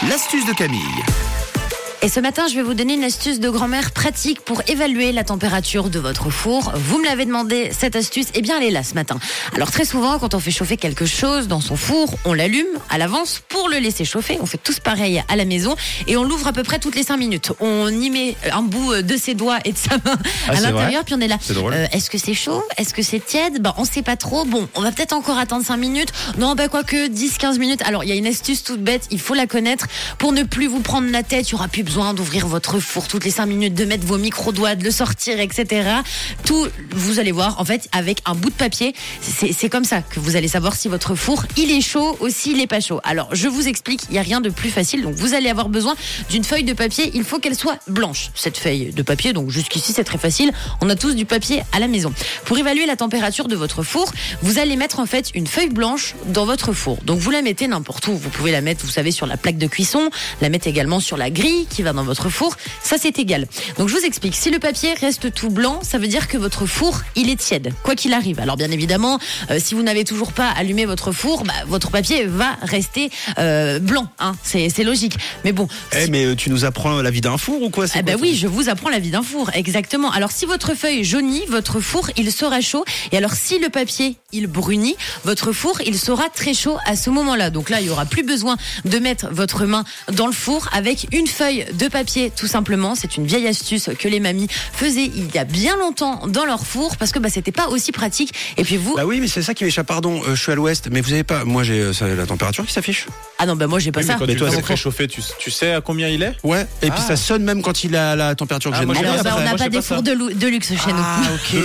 l'astuce de Camille. Et ce matin, je vais vous donner une astuce de grand-mère pratique pour évaluer la température de votre four. Vous me l'avez demandé, cette astuce, eh bien elle est là ce matin. Alors très souvent, quand on fait chauffer quelque chose dans son four, on l'allume à l'avance pour le laisser chauffer. On fait tous pareil à la maison et on l'ouvre à peu près toutes les 5 minutes. On y met un bout de ses doigts et de sa main à l'intérieur, puis on est là. C'est drôle. Est-ce que c'est chaud? Est-ce que c'est tiède? On sait pas trop. Bon, on va peut-être encore attendre 5 minutes. Non, quoique 10-15 minutes. Alors, il y a une astuce toute bête, il faut la connaître pour ne plus vous prendre la tête. Il y aura plus besoin d'ouvrir votre four toutes les 5 minutes, de mettre vos micro-doigts, de le sortir, etc. Tout, vous allez voir, en fait, avec un bout de papier, c'est comme ça que vous allez savoir si votre four, il est chaud ou s'il est pas chaud. Alors, je vous explique, il n'y a rien de plus facile. Donc, vous allez avoir besoin d'une feuille de papier. Il faut qu'elle soit blanche, cette feuille de papier. Donc, jusqu'ici, c'est très facile. On a tous du papier à la maison. Pour évaluer la température de votre four, vous allez mettre, en fait, une feuille blanche dans votre four. Donc, vous la mettez n'importe où. Vous pouvez la mettre, vous savez, sur la plaque de cuisson, la mettre également sur la grille qui va dans votre four, ça c'est égal. Donc je vous explique, si le papier reste tout blanc, ça veut dire que votre four, il est tiède, quoi qu'il arrive. Alors bien évidemment, si vous n'avez toujours pas allumé votre four, votre papier va rester blanc, hein, c'est logique. Mais bon. Mais tu nous apprends la vie d'un four ou quoi? Oui, je vous apprends la vie d'un four, exactement. Alors si votre feuille jaunit, votre four, il sera chaud. Et alors si le papier, il brunit, votre four, il sera très chaud à ce moment-là. Donc là, il n'y aura plus besoin de mettre votre main dans le four avec une feuille de papier, tout simplement. C'est une vieille astuce que les mamies faisaient il y a bien longtemps dans leur four parce que c'était pas aussi pratique. Et puis vous... oui, mais c'est ça qui m'échappe. Pardon, je suis à l'ouest, mais vous avez pas... Moi, j'ai la température qui s'affiche. Ah non, moi j'ai pas ça. Mais quand tu le fais chauffer, tu sais à combien il est? Ouais, et puis ça sonne même quand il a la température que j'ai demandé. Alors on n'a pas des fours de luxe chez nous. Ah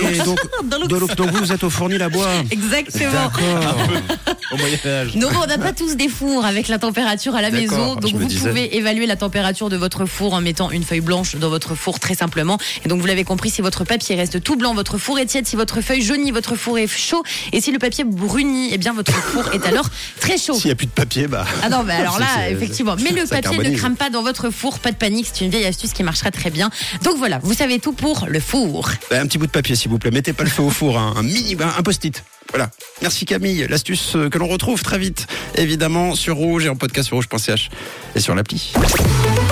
ok, donc vous êtes au fournil à bois. Exactement. D'accord. Au Moyen-Âge. Non, on n'a pas tous des fours avec la température à la maison. Donc vous pouvez évaluer la température de votre four en mettant une feuille blanche dans votre four très simplement. Et donc vous l'avez compris, si votre papier reste tout blanc, votre four est tiède. Si votre feuille jaunit, votre four est chaud. Et si le papier brunit, eh bien votre four est alors très chaud. S'il n'y a plus de papier, Ah non, alors là, effectivement. Mais le papier carbonise. ne crame pas dans votre four, pas de panique, c'est une vieille astuce qui marchera très bien. Donc voilà, vous savez tout pour le four. Un petit bout de papier, s'il vous plaît. Mettez pas le feu au four, un post-it. Voilà. Merci Camille. L'astuce que l'on retrouve très vite, évidemment, sur Rouge et en podcast sur rouge.ch et sur l'appli.